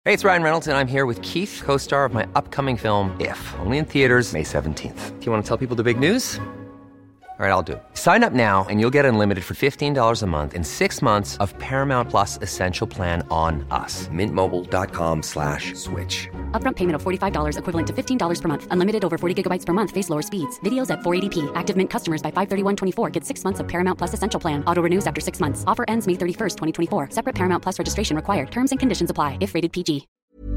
Hey, it's Ryan Reynolds, and I'm here with Keith, co-star of my upcoming film, If, only in theaters May 17th. Do you want to tell people the big news? All right, I'll do it. Sign up now and you'll get unlimited for $15 a month and 6 months of Paramount Plus Essential Plan on us. MintMobile.com/switch. Upfront payment of $45 equivalent to $15 per month. Unlimited over 40 gigabytes per month. Face lower speeds. Videos at 480p. Active Mint customers by 531.24 get 6 months of Paramount Plus Essential Plan. Auto renews after 6 months. Offer ends May 31st, 2024. Separate Paramount Plus registration required. Terms and conditions apply if rated PG.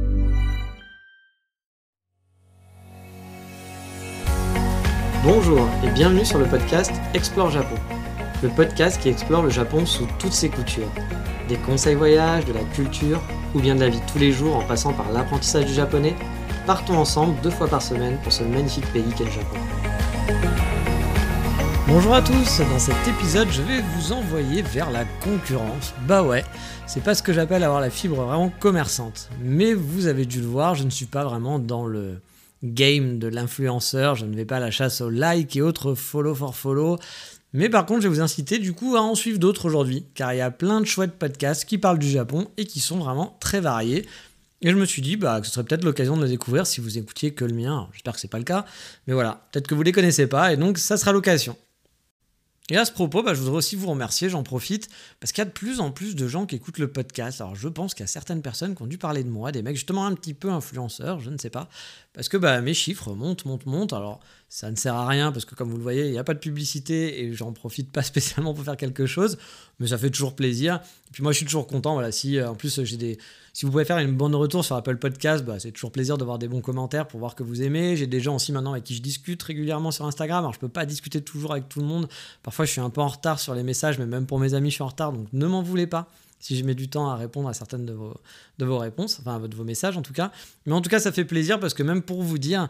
Bonjour et bienvenue sur le podcast Explore Japon. Le podcast qui explore le Japon sous toutes ses coutures. Des conseils voyages, de la culture ou bien de la vie de tous les jours en passant par l'apprentissage du japonais, partons ensemble 2 fois par semaine pour ce magnifique pays qu'est le Japon. Bonjour à tous, dans cet épisode je vais vous envoyer vers la concurrence. Bah ouais, c'est pas ce que j'appelle avoir la fibre vraiment commerçante. Mais vous avez dû le voir, je ne suis pas vraiment dans le game de l'influenceur, je ne vais pas à la chasse aux likes et autres follow for follow. Mais par contre, je vais vous inciter du coup à en suivre d'autres aujourd'hui, car il y a plein de chouettes podcasts qui parlent du Japon et qui sont vraiment très variés. Et je me suis dit que ce serait peut-être l'occasion de le découvrir si vous écoutiez que le mien. Alors, j'espère que c'est pas le cas, mais voilà, peut-être que vous les connaissez pas et donc ça sera l'occasion. Et à ce propos, je voudrais aussi vous remercier, j'en profite, parce qu'il y a de plus en plus de gens qui écoutent le podcast. Alors je pense qu'il y a certaines personnes qui ont dû parler de moi, des mecs justement un petit peu influenceurs, je ne sais pas, parce que mes chiffres montent. Alors ça ne sert à rien, parce que comme vous le voyez, il n'y a pas de publicité, et j'en profite pas spécialement pour faire quelque chose, mais ça fait toujours plaisir. Et puis moi je suis toujours content, voilà, si en plus si vous pouvez faire une bonne retour sur Apple Podcast, c'est toujours plaisir d'avoir des bons commentaires pour voir que vous aimez. J'ai des gens aussi maintenant avec qui je discute régulièrement sur Instagram. Alors je peux pas discuter toujours avec tout le monde. Parfois je suis un peu en retard sur les messages, mais même pour mes amis je suis en retard, donc ne m'en voulez pas si je mets du temps à répondre à certaines de vos réponses, enfin de vos messages en tout cas. Mais en tout cas ça fait plaisir parce que même pour vous dire,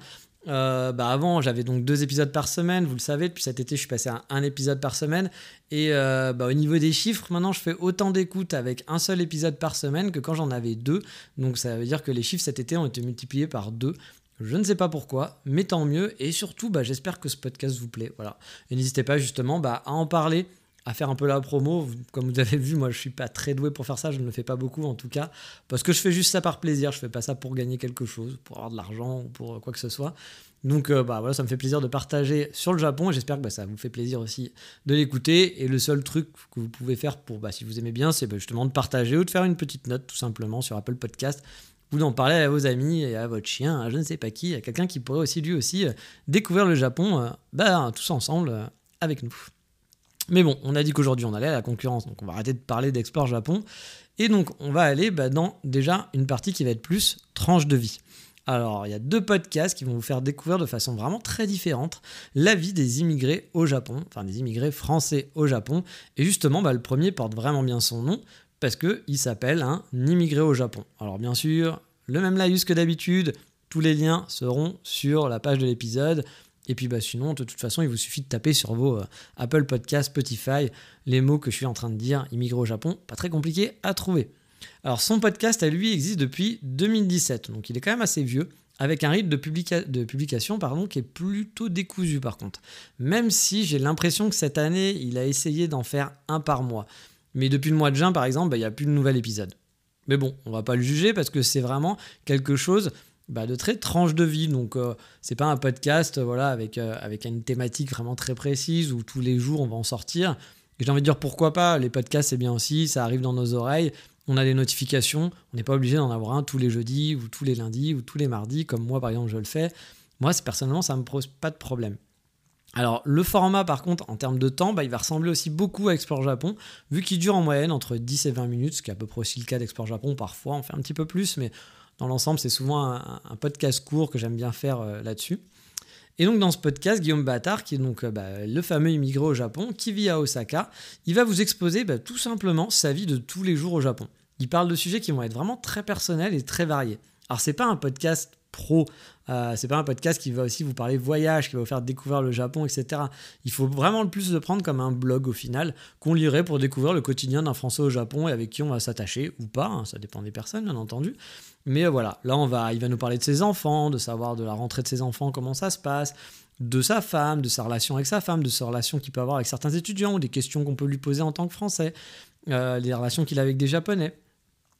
avant j'avais donc 2 épisodes par semaine, vous le savez, depuis cet été je suis passé à 1 épisode par semaine et au niveau des chiffres maintenant je fais autant d'écoutes avec un seul épisode par semaine que quand j'en avais 2, donc ça veut dire que les chiffres cet été ont été multipliés par 2. Je ne sais pas pourquoi, mais tant mieux, et surtout j'espère que ce podcast vous plaît, voilà. Et n'hésitez pas justement à en parler, à faire un peu la promo. Comme vous avez vu, moi je suis pas très doué pour faire ça, je ne le fais pas beaucoup en tout cas, parce que je fais juste ça par plaisir, je fais pas ça pour gagner quelque chose, pour avoir de l'argent ou pour quoi que ce soit. Donc voilà, ça me fait plaisir de partager sur le Japon et j'espère que ça vous fait plaisir aussi de l'écouter. Et le seul truc que vous pouvez faire pour si vous aimez bien, c'est justement de partager ou de faire une petite note tout simplement sur Apple Podcast, ou d'en parler à vos amis et à votre chien, à je ne sais pas qui, à quelqu'un qui pourrait aussi lui aussi découvrir le Japon tous ensemble avec nous. Mais bon, on a dit qu'aujourd'hui on allait à la concurrence, donc on va arrêter de parler d'Explore Japon. Et donc on va aller dans déjà une partie qui va être plus tranche de vie. Alors il y a 2 podcasts qui vont vous faire découvrir de façon vraiment très différente la vie des immigrés au Japon, enfin des immigrés français au Japon. Et justement, le premier porte vraiment bien son nom, parce qu'il s'appelle un immigré au Japon. Alors bien sûr, le même laïus que d'habitude, tous les liens seront sur la page de l'épisode. Et puis sinon, de toute façon, il vous suffit de taper sur vos Apple Podcasts, Spotify, les mots que je suis en train de dire, immigré au Japon, pas très compliqué à trouver. Alors son podcast, à lui, existe depuis 2017, donc il est quand même assez vieux, avec un rythme de publication qui est plutôt décousu par contre. Même si j'ai l'impression que cette année, il a essayé d'en faire 1 par mois. Mais depuis le mois de juin, par exemple, il n'y a plus de nouvel épisode. Mais bon, on va pas le juger parce que c'est vraiment quelque chose de très tranche de vie. Donc, c'est pas un podcast avec une thématique vraiment très précise où tous les jours on va en sortir. Et j'ai envie de dire pourquoi pas, les podcasts c'est bien aussi, ça arrive dans nos oreilles, on a des notifications, on n'est pas obligé d'en avoir un tous les jeudis ou tous les lundis ou tous les mardis, comme moi par exemple je le fais. Moi, personnellement, ça me pose pas de problème. Alors le format par contre en termes de temps, il va ressembler aussi beaucoup à Explore Japon, vu qu'il dure en moyenne entre 10 et 20 minutes, ce qui est à peu près aussi le cas d'Explore Japon. Parfois on fait un petit peu plus, mais dans l'ensemble c'est souvent un podcast court que j'aime bien faire là-dessus. Et donc dans ce podcast, Guillaume Battard, qui est donc le fameux immigré au Japon, qui vit à Osaka, il va vous exposer tout simplement sa vie de tous les jours au Japon. Il parle de sujets qui vont être vraiment très personnels et très variés. Alors c'est pas un podcast pro, c'est pas un podcast qui va aussi vous parler voyage, qui va vous faire découvrir le Japon, etc. Il faut vraiment le plus le prendre comme un blog au final, qu'on lirait pour découvrir le quotidien d'un Français au Japon et avec qui on va s'attacher ou pas, ça dépend des personnes bien entendu. Mais voilà, là il va nous parler de ses enfants, de savoir de la rentrée de ses enfants, comment ça se passe, de sa femme, de sa relation avec sa femme, de sa relation qu'il peut avoir avec certains étudiants ou des questions qu'on peut lui poser en tant que Français, les relations qu'il a avec des Japonais.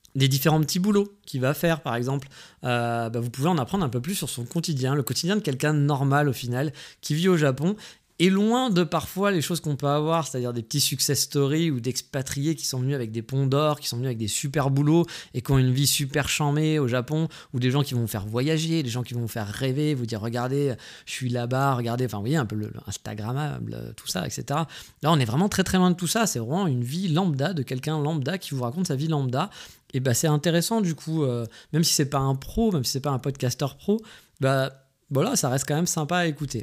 des différents petits boulots qu'il va faire, par exemple. Vous pouvez en apprendre un peu plus sur son quotidien, le quotidien de quelqu'un de normal au final, qui vit au Japon, et loin de parfois les choses qu'on peut avoir, c'est-à-dire des petits success stories ou d'expatriés qui sont venus avec des ponts d'or, qui sont venus avec des super boulots et qui ont une vie super chambée au Japon, ou des gens qui vont vous faire voyager, des gens qui vont vous faire rêver, vous dire regardez, je suis là-bas, regardez, enfin vous voyez un peu le Instagrammable, tout ça, etc. Là on est vraiment très très loin de tout ça, c'est vraiment une vie lambda de quelqu'un lambda qui vous raconte sa vie lambda. Et c'est intéressant du coup, même si c'est pas un pro, même si c'est pas un podcasteur pro, voilà, ça reste quand même sympa à écouter.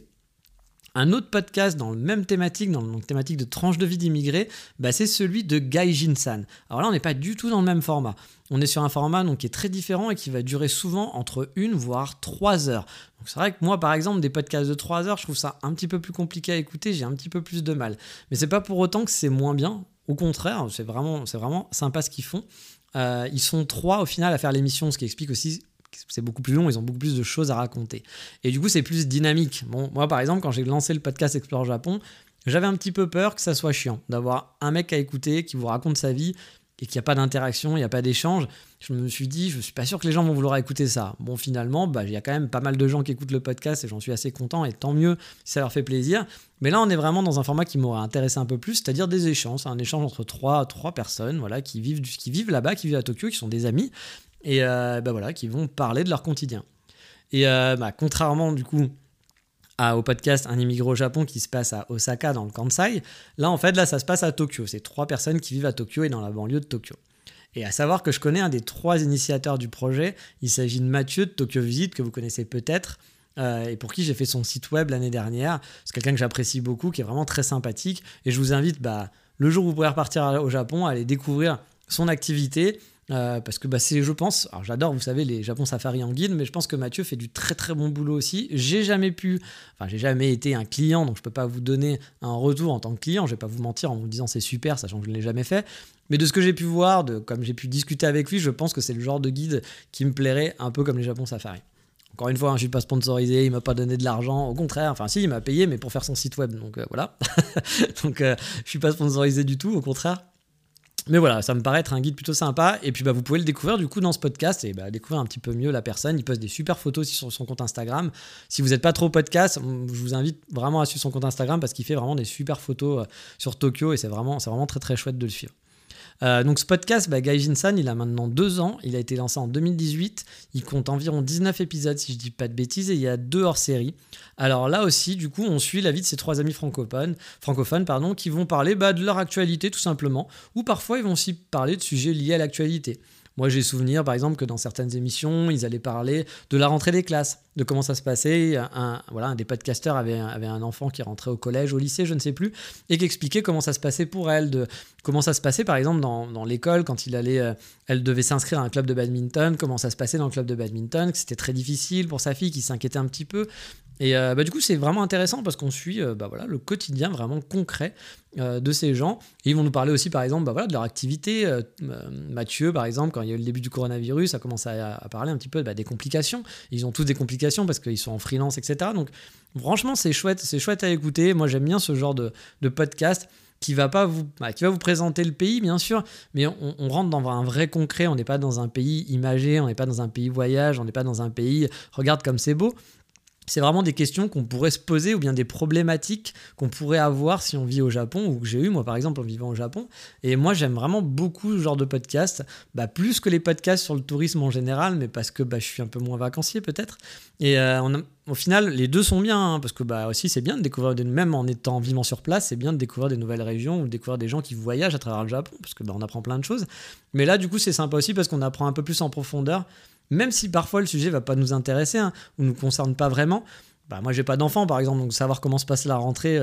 Un autre podcast dans la même thématique, dans la thématique de tranche de vie d'immigrés, c'est celui de Gaijin-san. Alors là, on n'est pas du tout dans le même format. On est sur un format qui est très différent et qui va durer souvent entre 1 voire 3 heures. Donc c'est vrai que moi, par exemple, des podcasts de 3 heures, je trouve ça un petit peu plus compliqué à écouter, j'ai un petit peu plus de mal. Mais c'est pas pour autant que c'est moins bien. Au contraire, c'est vraiment sympa ce qu'ils font. Ils sont 3 au final à faire l'émission, ce qui explique aussi c'est beaucoup plus long, ils ont beaucoup plus de choses à raconter. Et du coup, c'est plus dynamique. Bon, moi, par exemple, quand j'ai lancé le podcast Explore Japon, j'avais un petit peu peur que ça soit chiant, d'avoir un mec à écouter qui vous raconte sa vie et qu'il n'y a pas d'interaction, il n'y a pas d'échange. Je me suis dit, je ne suis pas sûr que les gens vont vouloir écouter ça. Bon, finalement, il y a quand même pas mal de gens qui écoutent le podcast et j'en suis assez content, et tant mieux si ça leur fait plaisir. Mais là, on est vraiment dans un format qui m'aurait intéressé un peu plus, c'est-à-dire des échanges. C'est un échange entre trois personnes qui vivent là-bas, qui vivent à Tokyo, qui sont des amis, et qui vont parler de leur quotidien. Et contrairement du coup au podcast Un immigré au Japon qui se passe à Osaka dans le Kansai, là ça se passe à Tokyo. C'est 3 personnes qui vivent à Tokyo et dans la banlieue de Tokyo. Et à savoir que je connais un des 3 initiateurs du projet, il s'agit de Mathieu de Tokyo Visit, que vous connaissez peut-être, et pour qui j'ai fait son site web l'année dernière. C'est quelqu'un que j'apprécie beaucoup, qui est vraiment très sympathique, et je vous invite le jour où vous pourrez repartir au Japon à aller découvrir son activité. Parce que c'est, je pense, alors j'adore, vous savez, les Japon Safari en guide, mais je pense que Mathieu fait du très très bon boulot aussi. J'ai jamais été un client, donc je peux pas vous donner un retour en tant que client, je vais pas vous mentir en vous disant c'est super, sachant que je ne l'ai jamais fait. Mais de ce que j'ai pu voir, comme j'ai pu discuter avec lui, je pense que c'est le genre de guide qui me plairait un peu comme les Japon Safari. Encore une fois, je suis pas sponsorisé, il m'a pas donné de l'argent, au contraire, si, il m'a payé, mais pour faire son site web, donc voilà. Donc je suis pas sponsorisé du tout, au contraire. Mais voilà, ça me paraît être un guide plutôt sympa. Et puis vous pouvez le découvrir du coup dans ce podcast et découvrir un petit peu mieux la personne. Il poste des super photos aussi sur son compte Instagram. Si vous n'êtes pas trop podcast, je vous invite vraiment à suivre son compte Instagram parce qu'il fait vraiment des super photos sur Tokyo et c'est vraiment très très chouette de le suivre. Donc ce podcast, Gaijin-san, il a maintenant 2 ans, il a été lancé en 2018, il compte environ 19 épisodes si je dis pas de bêtises et il y a 2 hors-série. Alors là aussi, du coup, on suit la vie de ces 3 amis francophones, qui vont parler de leur actualité tout simplement, ou parfois ils vont aussi parler de sujets liés à l'actualité. Moi, j'ai souvenir, par exemple, que dans certaines émissions, ils allaient parler de la rentrée des classes, de comment ça se passait. Un des podcasteurs avait un enfant qui rentrait au collège, au lycée, je ne sais plus, et qui expliquait comment ça se passait pour elle, comment ça se passait, par exemple, dans l'école, quand elle devait s'inscrire à un club de badminton, comment ça se passait dans le club de badminton, que c'était très difficile pour sa fille, qui s'inquiétait un petit peu. Et du coup, c'est vraiment intéressant parce qu'on suit le quotidien vraiment concret de ces gens. Et ils vont nous parler aussi, par exemple, de leur activité. Mathieu, par exemple, quand il y a eu le début du coronavirus, a commencé à parler un petit peu des complications. Ils ont tous des complications parce qu'ils sont en freelance, etc. Donc, franchement, c'est chouette à écouter. Moi, j'aime bien ce genre de podcast qui va vous présenter le pays, bien sûr, mais on rentre dans un vrai concret. On n'est pas dans un pays imagé, on n'est pas dans un pays voyage, on n'est pas dans un pays « regarde comme c'est beau ». C'est vraiment des questions qu'on pourrait se poser ou bien des problématiques qu'on pourrait avoir si on vit au Japon ou que j'ai eu moi par exemple en vivant au Japon. Et moi j'aime vraiment beaucoup ce genre de podcast, plus que les podcasts sur le tourisme en général, mais parce que je suis un peu moins vacancier peut-être. Et au final les deux sont bien parce que aussi c'est bien de découvrir, même en étant vivant sur place, c'est bien de découvrir des nouvelles régions ou de découvrir des gens qui voyagent à travers le Japon parce que on apprend plein de choses. Mais là du coup c'est sympa aussi parce qu'on apprend un peu plus en profondeur. Même si parfois le sujet va pas nous intéresser ou nous concerne pas vraiment. Moi j'ai pas d'enfant par exemple, donc savoir comment se passe la rentrée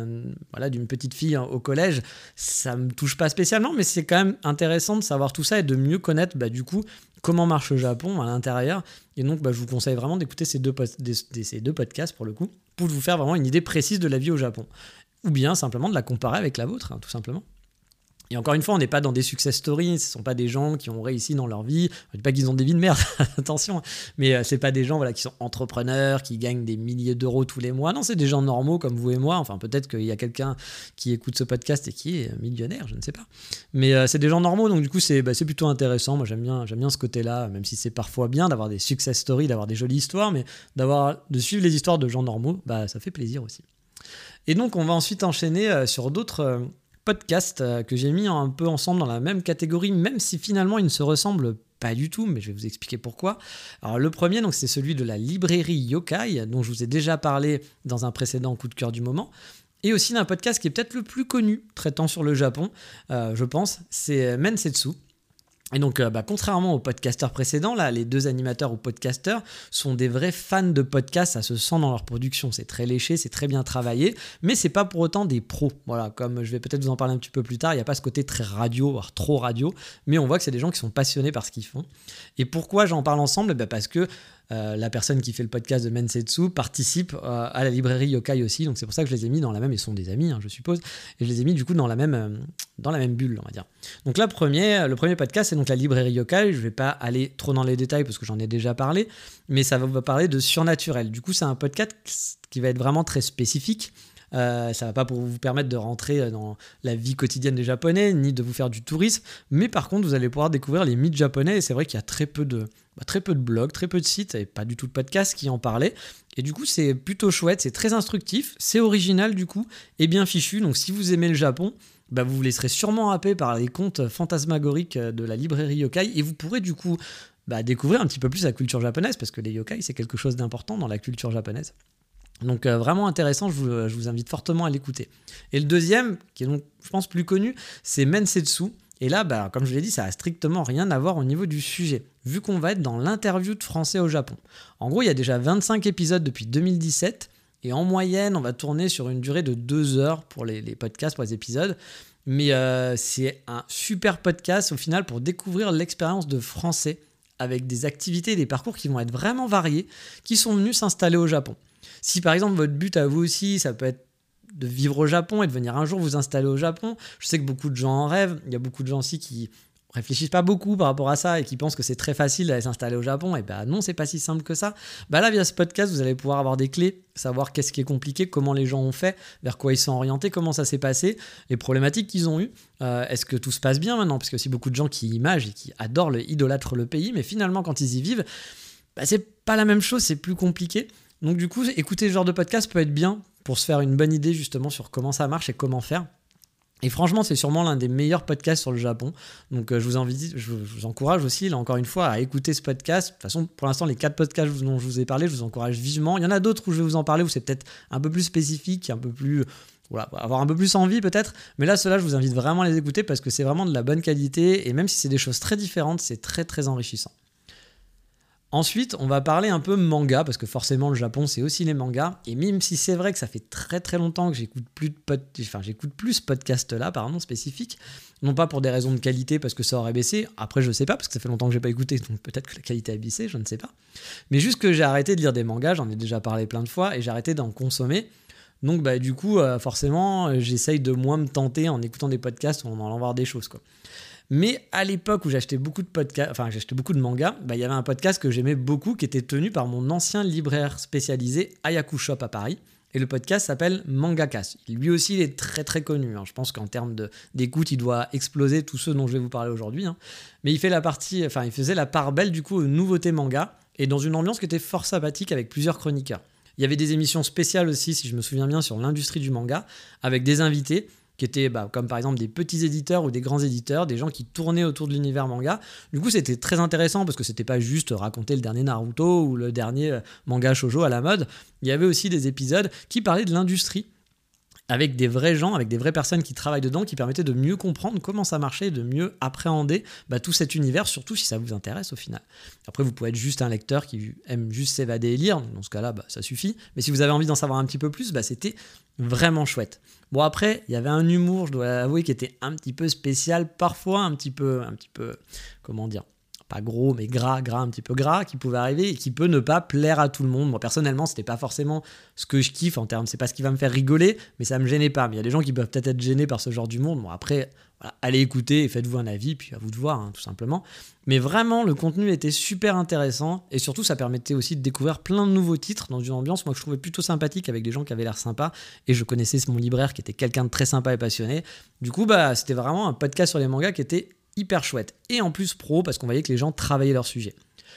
d'une petite fille au collège, ça me touche pas spécialement, mais c'est quand même intéressant de savoir tout ça et de mieux connaître du coup comment marche le Japon à l'intérieur. Et donc je vous conseille vraiment d'écouter ces deux podcasts pour le coup, pour vous faire vraiment une idée précise de la vie au Japon, ou bien simplement de la comparer avec la vôtre, tout simplement. Et encore une fois, on n'est pas dans des success stories, ce ne sont pas des gens qui ont réussi dans leur vie, je ne dis pas qu'ils ont des vies de merde, attention, mais ce n'est pas des gens qui sont entrepreneurs, qui gagnent des milliers d'euros tous les mois, non, c'est des gens normaux comme vous et moi, enfin peut-être qu'il y a quelqu'un qui écoute ce podcast et qui est millionnaire, je ne sais pas, mais c'est des gens normaux, donc du coup c'est plutôt intéressant, moi j'aime bien ce côté-là, même si c'est parfois bien d'avoir des success stories, d'avoir des jolies histoires, mais de suivre les histoires de gens normaux, ça fait plaisir aussi. Et donc on va ensuite enchaîner sur d'autres... podcast que j'ai mis un peu ensemble dans la même catégorie, même si finalement ils ne se ressemblent pas du tout, mais je vais vous expliquer pourquoi. Alors le premier, donc, c'est celui de la librairie Yokai, dont je vous ai déjà parlé dans un précédent coup de cœur du moment, et aussi d'un podcast qui est peut-être le plus connu traitant sur le Japon, je pense, c'est Mensetsu. Et donc, contrairement aux podcasteurs précédents, là, les deux animateurs ou podcasteurs sont des vrais fans de podcasts, ça se sent dans leur production, c'est très léché, c'est très bien travaillé, mais c'est pas pour autant des pros. Voilà, comme je vais peut-être vous en parler un petit peu plus tard, il n'y a pas ce côté très radio, voire trop radio, mais on voit que c'est des gens qui sont passionnés par ce qu'ils font. Et pourquoi j'en parle ensemble ? Parce que la personne qui fait le podcast de Mensetsu participe à la librairie Yokai aussi, donc c'est pour ça que je les ai mis dans la même, ils sont des amis, je suppose, et je les ai mis du coup dans la même bulle, on va dire. Donc le premier podcast, c'est donc la librairie Yokai. Je vais pas aller trop dans les détails parce que j'en ai déjà parlé, mais ça va parler de surnaturel. Du coup, c'est un podcast qui va être vraiment très spécifique. Ça va pas pour vous permettre de rentrer dans la vie quotidienne des Japonais, ni de vous faire du tourisme, mais par contre, vous allez pouvoir découvrir les mythes japonais, et c'est vrai qu'il y a très peu de blogs, très peu de sites, et pas du tout de podcasts qui en parlaient, et du coup, c'est plutôt chouette, c'est très instructif, c'est original du coup, et bien fichu, donc si vous aimez le Japon, vous vous laisserez sûrement happer par les contes fantasmagoriques de la librairie Yokai, et vous pourrez du coup découvrir un petit peu plus la culture japonaise, parce que les yokai, c'est quelque chose d'important dans la culture japonaise. Donc vraiment intéressant, je vous invite fortement à l'écouter. Et le deuxième, qui est donc je pense plus connu, c'est Mensetsu. Et là, comme je vous l'ai dit, ça a strictement rien à voir au niveau du sujet, vu qu'on va être dans l'interview de Français au Japon. En gros, il y a déjà 25 épisodes depuis 2017, et en moyenne, on va tourner sur une durée de 2 heures pour les podcasts, pour les épisodes. Mais c'est un super podcast au final pour découvrir l'expérience de Français avec des activités et des parcours qui vont être vraiment variés, qui sont venus s'installer au Japon. Si par exemple votre but à vous aussi, ça peut être de vivre au Japon et de venir un jour vous installer au Japon, je sais que beaucoup de gens en rêvent, il y a beaucoup de gens aussi qui réfléchissent pas beaucoup par rapport à ça et qui pensent que c'est très facile d'aller s'installer au Japon, et non, c'est pas si simple que ça. Là, via ce podcast, vous allez pouvoir avoir des clés, savoir qu'est-ce qui est compliqué, comment les gens ont fait, vers quoi ils sont orientés, comment ça s'est passé, les problématiques qu'ils ont eues, est-ce que tout se passe bien maintenant, parce que c'est beaucoup de gens qui imagent et qui adorent, idolâtrent le pays, mais finalement quand ils y vivent, c'est pas la même chose, c'est plus compliqué. Donc du coup, écouter ce genre de podcast peut être bien pour se faire une bonne idée justement sur comment ça marche et comment faire. Et franchement, c'est sûrement l'un des meilleurs podcasts sur le Japon. Donc je vous encourage aussi, là encore une fois, à écouter ce podcast. De toute façon, pour l'instant, les 4 podcasts dont je vous ai parlé, je vous encourage vivement. Il y en a d'autres où je vais vous en parler, où c'est peut-être un peu plus spécifique, un peu plus... Voilà, avoir un peu plus envie peut-être. Mais là, ceux-là, je vous invite vraiment à les écouter parce que c'est vraiment de la bonne qualité. Et même si c'est des choses très différentes, c'est très très enrichissant. Ensuite, on va parler un peu manga, parce que forcément, le Japon, c'est aussi les mangas. Et même si c'est vrai que ça fait très très longtemps que j'écoute plus ce podcast-là, spécifique, non pas pour des raisons de qualité, parce que ça aurait baissé. Après, je sais pas, parce que ça fait longtemps que j'ai pas écouté, donc peut-être que la qualité a baissé, je ne sais pas. Mais juste que j'ai arrêté de lire des mangas, j'en ai déjà parlé plein de fois, et j'ai arrêté d'en consommer. Donc, du coup, forcément, j'essaye de moins me tenter en écoutant des podcasts ou en allant voir des choses, quoi. Mais à l'époque où j'achetais beaucoup de mangas, il y avait un podcast que j'aimais beaucoup qui était tenu par mon ancien libraire spécialisé Ayaku Shop à Paris. Et le podcast s'appelle Mangakas. Lui aussi, il est très très connu. Je pense qu'en termes d'écoute, il doit exploser tous ceux dont je vais vous parler aujourd'hui. Mais il faisait la part belle du coup aux nouveautés manga et dans une ambiance qui était fort sympathique avec plusieurs chroniqueurs. Il y avait des émissions spéciales aussi, si je me souviens bien, sur l'industrie du manga avec des invités qui étaient comme par exemple des petits éditeurs ou des grands éditeurs, des gens qui tournaient autour de l'univers manga. Du coup, c'était très intéressant parce que c'était pas juste raconter le dernier Naruto ou le dernier manga shoujo à la mode. Il y avait aussi des épisodes qui parlaient de l'industrie avec des vrais gens, avec des vraies personnes qui travaillent dedans, qui permettaient de mieux comprendre comment ça marchait, de mieux appréhender tout cet univers, surtout si ça vous intéresse au final. Après, vous pouvez être juste un lecteur qui aime juste s'évader et lire, dans ce cas-là, ça suffit. Mais si vous avez envie d'en savoir un petit peu plus, c'était vraiment chouette. Bon, après, il y avait un humour, je dois avouer, qui était un petit peu spécial, parfois un petit peu, comment dire, pas gros, mais gras, un petit peu gras, qui pouvait arriver et qui peut ne pas plaire à tout le monde. Moi, personnellement, c'était pas forcément ce que je kiffe en termes, c'est pas ce qui va me faire rigoler, mais ça me gênait pas. Mais il y a des gens qui peuvent peut-être être gênés par ce genre d'humour. Bon, après, voilà, allez écouter et faites-vous un avis, puis à vous de voir, hein, tout simplement. Mais vraiment, le contenu était super intéressant et surtout, ça permettait aussi de découvrir plein de nouveaux titres dans une ambiance, moi, que je trouvais plutôt sympathique avec des gens qui avaient l'air sympas. Et je connaissais mon libraire qui était quelqu'un de très sympa et passionné. Du coup, c'était vraiment un podcast sur les mangas qui était hyper chouette. Et en plus pro, parce qu'on voyait que les gens travaillaient leur sujet.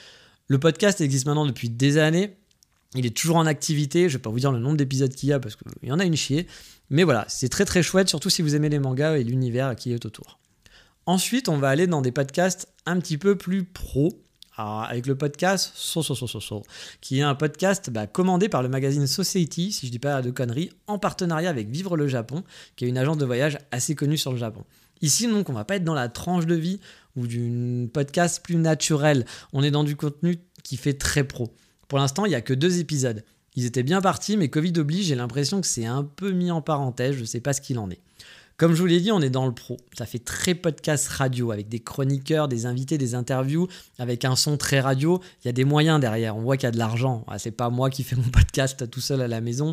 Le podcast existe maintenant depuis des années. Il est toujours en activité. Je ne vais pas vous dire le nombre d'épisodes qu'il y a parce qu'il y en a une chier. Mais voilà, c'est très très chouette, surtout si vous aimez les mangas et l'univers qui est autour. Ensuite, on va aller dans des podcasts un petit peu plus pro. Alors, avec le podcast qui est un podcast commandé par le magazine Society, si je ne dis pas de conneries, en partenariat avec Vivre le Japon, qui est une agence de voyage assez connue sur le Japon. Ici, donc, on ne va pas être dans la tranche de vie ou d'une podcast plus naturelle. On est dans du contenu qui fait très pro. Pour l'instant, il n'y a que 2 épisodes. Ils étaient bien partis, mais Covid oblige, j'ai l'impression que c'est un peu mis en parenthèse, je ne sais pas ce qu'il en est. Comme je vous l'ai dit, on est dans le pro. Ça fait très podcast radio, avec des chroniqueurs, des invités, des interviews, avec un son très radio. Il y a des moyens derrière, on voit qu'il y a de l'argent. C'est pas moi qui fais mon podcast tout seul à la maison,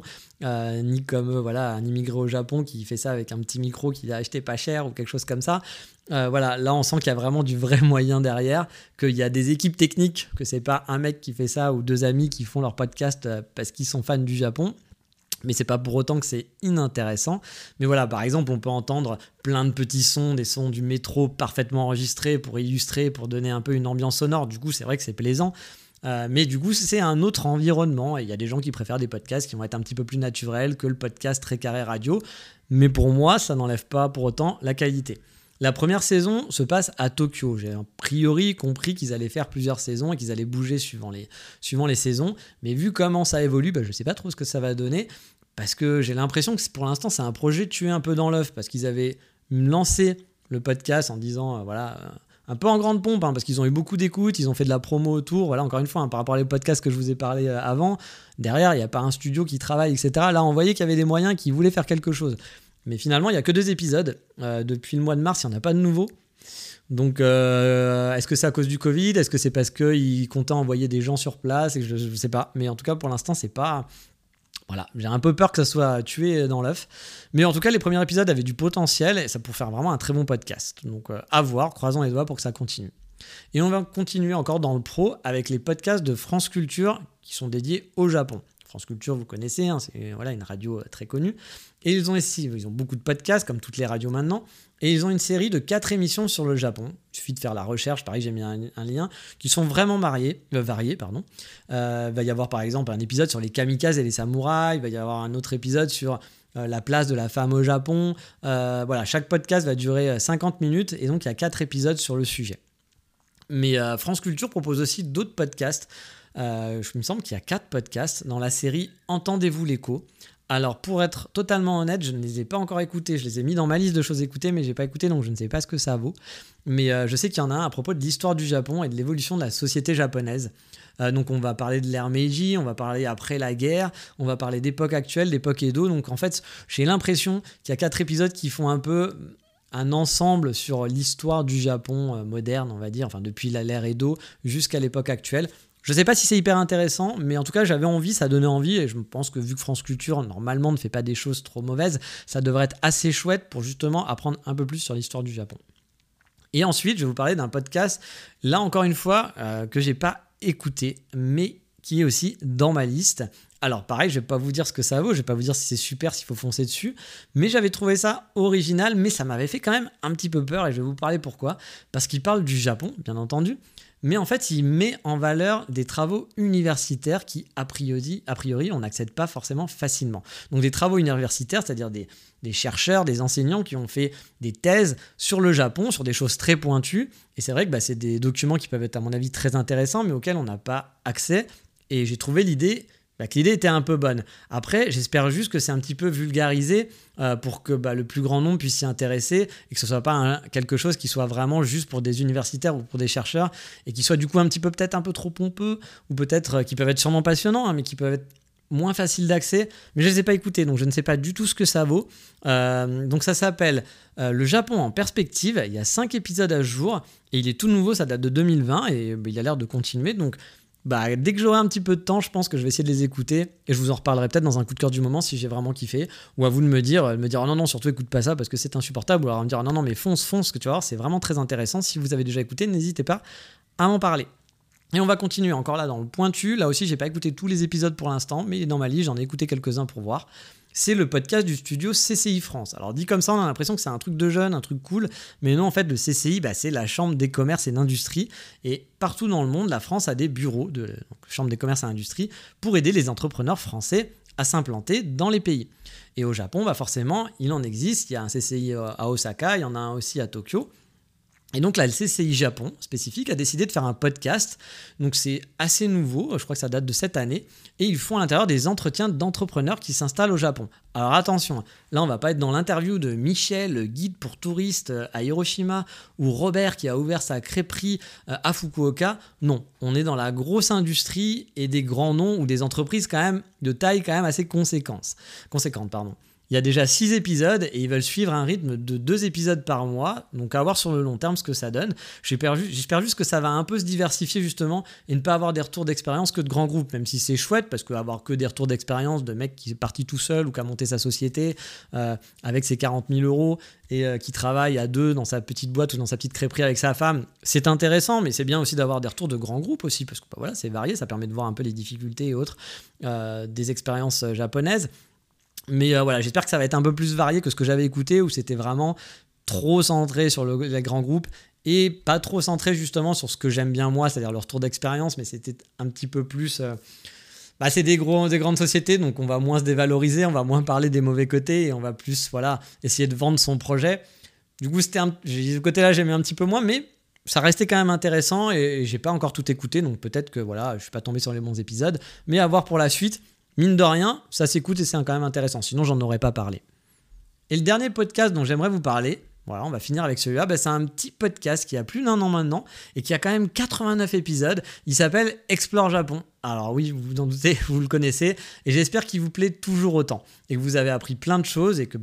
ni comme un immigré au Japon qui fait ça avec un petit micro qu'il a acheté pas cher ou quelque chose comme ça. Là on sent qu'il y a vraiment du vrai moyen derrière, qu'il y a des équipes techniques, que c'est pas un mec qui fait ça ou 2 amis qui font leur podcast parce qu'ils sont fans du Japon. Mais c'est pas pour autant que c'est inintéressant. Mais voilà, par exemple, on peut entendre plein de petits sons, des sons du métro parfaitement enregistrés pour illustrer, pour donner un peu une ambiance sonore. Du coup, c'est vrai que c'est plaisant. Mais du coup, c'est un autre environnement. Et il y a des gens qui préfèrent des podcasts qui vont être un petit peu plus naturels que le podcast très carré radio. Mais pour moi, ça n'enlève pas pour autant la qualité. La première saison se passe à Tokyo. J'ai a priori compris qu'ils allaient faire plusieurs saisons et qu'ils allaient bouger suivant les saisons. Mais vu comment ça évolue, je ne sais pas trop ce que ça va donner. Parce que j'ai l'impression que pour l'instant, c'est un projet tué un peu dans l'œuf. Parce qu'ils avaient lancé le podcast en disant, un peu en grande pompe, parce qu'ils ont eu beaucoup d'écoutes, ils ont fait de la promo autour. Voilà, encore une fois, par rapport aux podcasts que je vous ai parlé avant, derrière, il n'y a pas un studio qui travaille, etc. Là, on voyait qu'il y avait des moyens, qui voulaient faire quelque chose. Mais finalement, il n'y a que 2 épisodes. Depuis le mois de mars, il n'y en a pas de nouveaux. Donc, est-ce que c'est à cause du Covid ? Est-ce que c'est parce qu'ils comptaient envoyer des gens sur place ? Et je ne sais pas. Mais en tout cas, pour l'instant, c'est pas... Voilà, j'ai un peu peur que ça soit tué dans l'œuf. Mais en tout cas, les premiers épisodes avaient du potentiel et ça pourrait faire vraiment un très bon podcast. Donc, à voir, croisons les doigts pour que ça continue. Et on va continuer encore dans le pro avec les podcasts de France Culture qui sont dédiés au Japon. France Culture, vous connaissez, c'est une radio très connue. Et ils ont beaucoup de podcasts, comme toutes les radios maintenant. Et ils ont une série de 4 émissions sur le Japon. Il suffit de faire la recherche, pareil, j'ai mis un lien, qui sont vraiment variés. Il va y avoir par exemple un épisode sur les kamikazes et les samouraïs. Il va y avoir un autre épisode sur la place de la femme au Japon. Chaque podcast va durer 50 minutes. Et donc, il y a 4 épisodes sur le sujet. Mais France Culture propose aussi d'autres podcasts. Il me semble qu'il y a 4 podcasts dans la série Entendez-vous l'écho. Alors, pour être totalement honnête, je ne les ai pas encore écoutés. Je les ai mis dans ma liste de choses écoutées, mais je n'ai pas écouté, donc je ne sais pas ce que ça vaut. Mais je sais qu'il y en a un à propos de l'histoire du Japon et de l'évolution de la société japonaise. Donc, on va parler de l'ère Meiji, on va parler après la guerre, on va parler d'époque actuelle, d'époque Edo. Donc, en fait, j'ai l'impression qu'il y a 4 épisodes qui font un peu un ensemble sur l'histoire du Japon moderne, on va dire, enfin depuis l'ère Edo jusqu'à l'époque actuelle. Je sais pas si c'est hyper intéressant, mais en tout cas j'avais envie, ça donnait envie, et je pense que vu que France Culture normalement ne fait pas des choses trop mauvaises, ça devrait être assez chouette pour justement apprendre un peu plus sur l'histoire du Japon. Et ensuite je vais vous parler d'un podcast, là encore une fois, que j'ai pas écouté, mais qui est aussi dans ma liste. Alors pareil, je vais pas vous dire ce que ça vaut, je vais pas vous dire si c'est super, s'il faut foncer dessus, mais j'avais trouvé ça original, mais ça m'avait fait quand même un petit peu peur, et je vais vous parler pourquoi. Parce qu'il parle du Japon, bien entendu, mais en fait, il met en valeur des travaux universitaires qui, a priori, on n'accède pas forcément facilement. Donc des travaux universitaires, c'est-à-dire des chercheurs, des enseignants qui ont fait des thèses sur le Japon, sur des choses très pointues. Et c'est vrai que c'est des documents qui peuvent être, à mon avis, très intéressants, mais auxquels on n'a pas accès. Et j'ai trouvé que l'idée était un peu bonne. Après, j'espère juste que c'est un petit peu vulgarisé pour que le plus grand nombre puisse s'y intéresser et que ce ne soit pas quelque chose qui soit vraiment juste pour des universitaires ou pour des chercheurs et qui soit du coup un petit peu peut-être un peu trop pompeux ou peut-être qui peuvent être sûrement passionnants, mais qui peuvent être moins faciles d'accès, mais je ne les ai pas écoutés, donc je ne sais pas du tout ce que ça vaut. Donc ça s'appelle Le Japon en perspective. Il y a 5 épisodes à ce jour et il est tout nouveau, ça date de 2020 et il a l'air de continuer. Donc dès que j'aurai un petit peu de temps, je pense que je vais essayer de les écouter et je vous en reparlerai peut-être dans un coup de cœur du moment si j'ai vraiment kiffé, ou à vous de me dire oh non, surtout écoute pas ça parce que c'est insupportable, ou alors me dire non, mais fonce, que tu vas voir, c'est vraiment très intéressant. Si vous avez déjà écouté, n'hésitez pas à m'en parler. Et on va continuer encore là dans le pointu. Là aussi, j'ai pas écouté tous les épisodes pour l'instant, mais il est dans ma liste, j'en ai écouté quelques-uns pour voir. C'est le podcast du studio CCI France. Alors dit comme ça, on a l'impression que c'est un truc de jeune, un truc cool, mais non, en fait, le CCI, c'est la Chambre des commerces et d'industrie. Et partout dans le monde, la France a des bureaux de Chambre des commerces et d'industrie pour aider les entrepreneurs français à s'implanter dans les pays. Et au Japon, forcément, il en existe. Il y a un CCI à Osaka, il y en a un aussi à Tokyo. Et donc là, le CCI Japon spécifique a décidé de faire un podcast. Donc c'est assez nouveau, je crois que ça date de cette année. Et ils font à l'intérieur des entretiens d'entrepreneurs qui s'installent au Japon. Alors attention, là on va pas être dans l'interview de Michel, le guide pour touristes à Hiroshima, ou Robert qui a ouvert sa crêperie à Fukuoka. Non, on est dans la grosse industrie et des grands noms ou des entreprises quand même de taille quand même assez conséquente. Il y a déjà 6 épisodes et ils veulent suivre un rythme de 2 épisodes par mois. Donc à voir sur le long terme ce que ça donne. J'espère juste que ça va un peu se diversifier justement et ne pas avoir des retours d'expérience que de grands groupes, même si c'est chouette parce qu'avoir que des retours d'expérience de mec qui est parti tout seul ou qui a monté sa société avec ses 40 000 euros et qui travaille à 2 dans sa petite boîte ou dans sa petite crêperie avec sa femme, c'est intéressant, mais c'est bien aussi d'avoir des retours de grands groupes aussi parce que c'est varié, ça permet de voir un peu les difficultés et autres des expériences japonaises. Mais j'espère que ça va être un peu plus varié que ce que j'avais écouté où c'était vraiment trop centré sur les grands groupes et pas trop centré justement sur ce que j'aime bien moi, c'est-à-dire le retour d'expérience, mais c'était un petit peu plus... c'est des grandes sociétés, donc on va moins se dévaloriser, on va moins parler des mauvais côtés et on va plus essayer de vendre son projet. Du coup, ce côté-là, j'aimais un petit peu moins, mais ça restait quand même intéressant et j'ai pas encore tout écouté, donc peut-être que je suis pas tombé sur les bons épisodes, mais à voir pour la suite. Mine de rien, ça s'écoute et c'est quand même intéressant, sinon j'en aurais pas parlé. Et le dernier podcast dont j'aimerais vous parler, on va finir avec celui-là, c'est un petit podcast qui a plus d'1 an maintenant et qui a quand même 89 épisodes. Il s'appelle Explore Japon. Alors oui, vous vous en doutez, vous le connaissez et j'espère qu'il vous plaît toujours autant et que vous avez appris plein de choses et que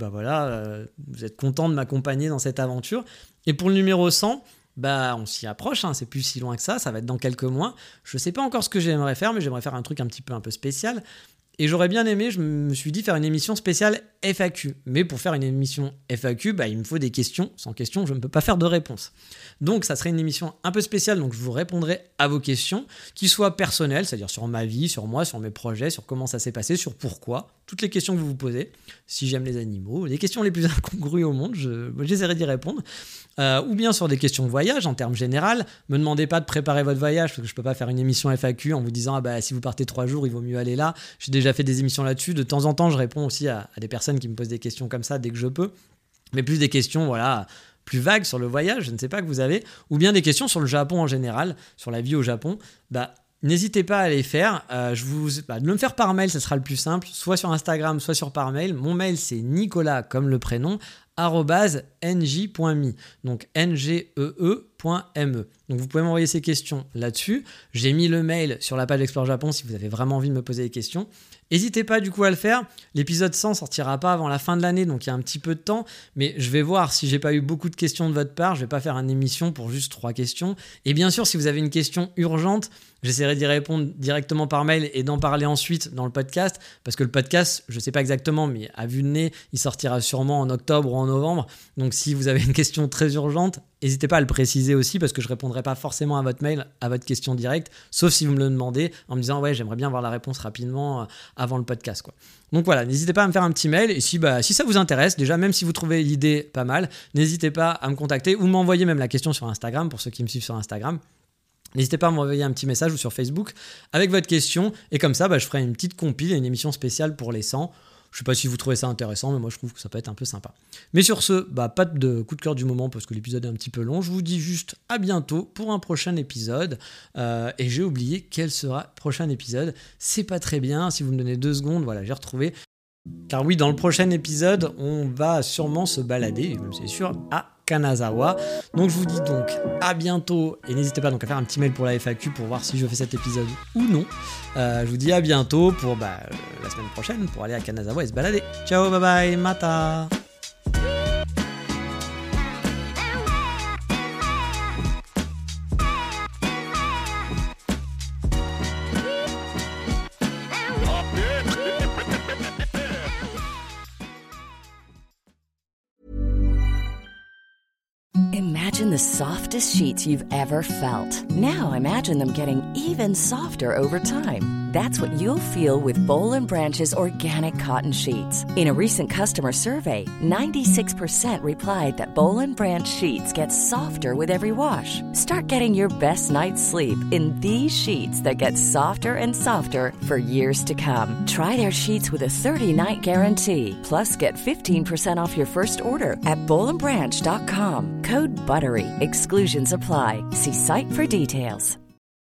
vous êtes content de m'accompagner dans cette aventure. Et pour le numéro 100, on s'y approche, c'est plus si loin que ça va être dans quelques mois. Je sais pas encore ce que j'aimerais faire, mais j'aimerais faire un truc un peu spécial. Et j'aurais bien aimé, je me suis dit, faire une émission spéciale FAQ. Mais pour faire une émission FAQ, il me faut des questions. Sans questions, je ne peux pas faire de réponse. Donc ça serait une émission un peu spéciale, donc je vous répondrai à vos questions, qui soient personnelles, c'est-à-dire sur ma vie, sur moi, sur mes projets, sur comment ça s'est passé, sur pourquoi, toutes les questions que vous vous posez, si j'aime les animaux, les questions les plus incongrues au monde, j'essaierai d'y répondre. Ou bien sur des questions de voyage en termes généraux. Me demandez pas de préparer votre voyage parce que je peux pas faire une émission FAQ en vous disant si vous partez 3 jours il vaut mieux aller là. J'ai déjà fait des émissions là-dessus. De temps en temps je réponds aussi à des personnes qui me posent des questions comme ça dès que je peux, mais plus des questions plus vagues sur le voyage, je ne sais pas, que vous avez, ou bien des questions sur le Japon en général, sur la vie au Japon. N'hésitez pas à les faire. De me faire par mail, ça sera le plus simple, soit sur Instagram, soit par mail. Mon mail, c'est Nicolas, comme le prénom, @nj.me, donc ngee.me. Donc vous pouvez m'envoyer ces questions là-dessus. J'ai mis le mail sur la page Explore Japon si vous avez vraiment envie de me poser des questions. N'hésitez pas du coup à le faire. L'épisode 100 sortira pas avant la fin de l'année, donc il y a un petit peu de temps, mais je vais voir si j'ai pas eu beaucoup de questions de votre part. Je vais pas faire une émission pour juste 3 questions. Et bien sûr, si vous avez une question urgente, j'essaierai d'y répondre directement par mail et d'en parler ensuite dans le podcast, parce que le podcast, je sais pas exactement, mais à vue de nez, il sortira sûrement en octobre ou en novembre. Donc si vous avez une question très urgente, n'hésitez pas à le préciser aussi, parce que je répondrai pas forcément à votre mail, à votre question directe, sauf si vous me le demandez en me disant j'aimerais bien avoir la réponse rapidement avant le podcast, quoi. Donc voilà, n'hésitez pas à me faire un petit mail et si ça vous intéresse, déjà même si vous trouvez l'idée pas mal, n'hésitez pas à me contacter ou m'envoyer même la question sur Instagram pour ceux qui me suivent sur Instagram. N'hésitez pas à m'envoyer un petit message ou sur Facebook avec votre question et comme ça je ferai une petite compile et une émission spéciale pour les 100. Je sais pas si vous trouvez ça intéressant, mais moi je trouve que ça peut être un peu sympa. Mais sur ce, pas de coup de cœur du moment parce que l'épisode est un petit peu long. Je vous dis juste à bientôt pour un prochain épisode. Et j'ai oublié quel sera le prochain épisode. C'est pas très bien. Si vous me donnez 2 secondes, j'ai retrouvé. Car oui, dans le prochain épisode, on va sûrement se balader, c'est sûr, à Kanazawa. Donc je vous dis donc à bientôt et n'hésitez pas donc à faire un petit mail pour la FAQ pour voir si je fais cet épisode ou non. Je vous dis à bientôt pour la semaine prochaine pour aller à Kanazawa et se balader. Ciao, bye bye, mata. Imagine the softest sheets you've ever felt. Now imagine them getting even softer over time. That's what you'll feel with Boll & Branch's organic cotton sheets. In a recent customer survey, 96% replied that Boll & Branch sheets get softer with every wash. Start getting your best night's sleep in these sheets that get softer and softer for years to come. Try their sheets with a 30-night guarantee. Plus, get 15% off your first order at bollandbranch.com. Code BUTTERY. Exclusions apply. See site for details.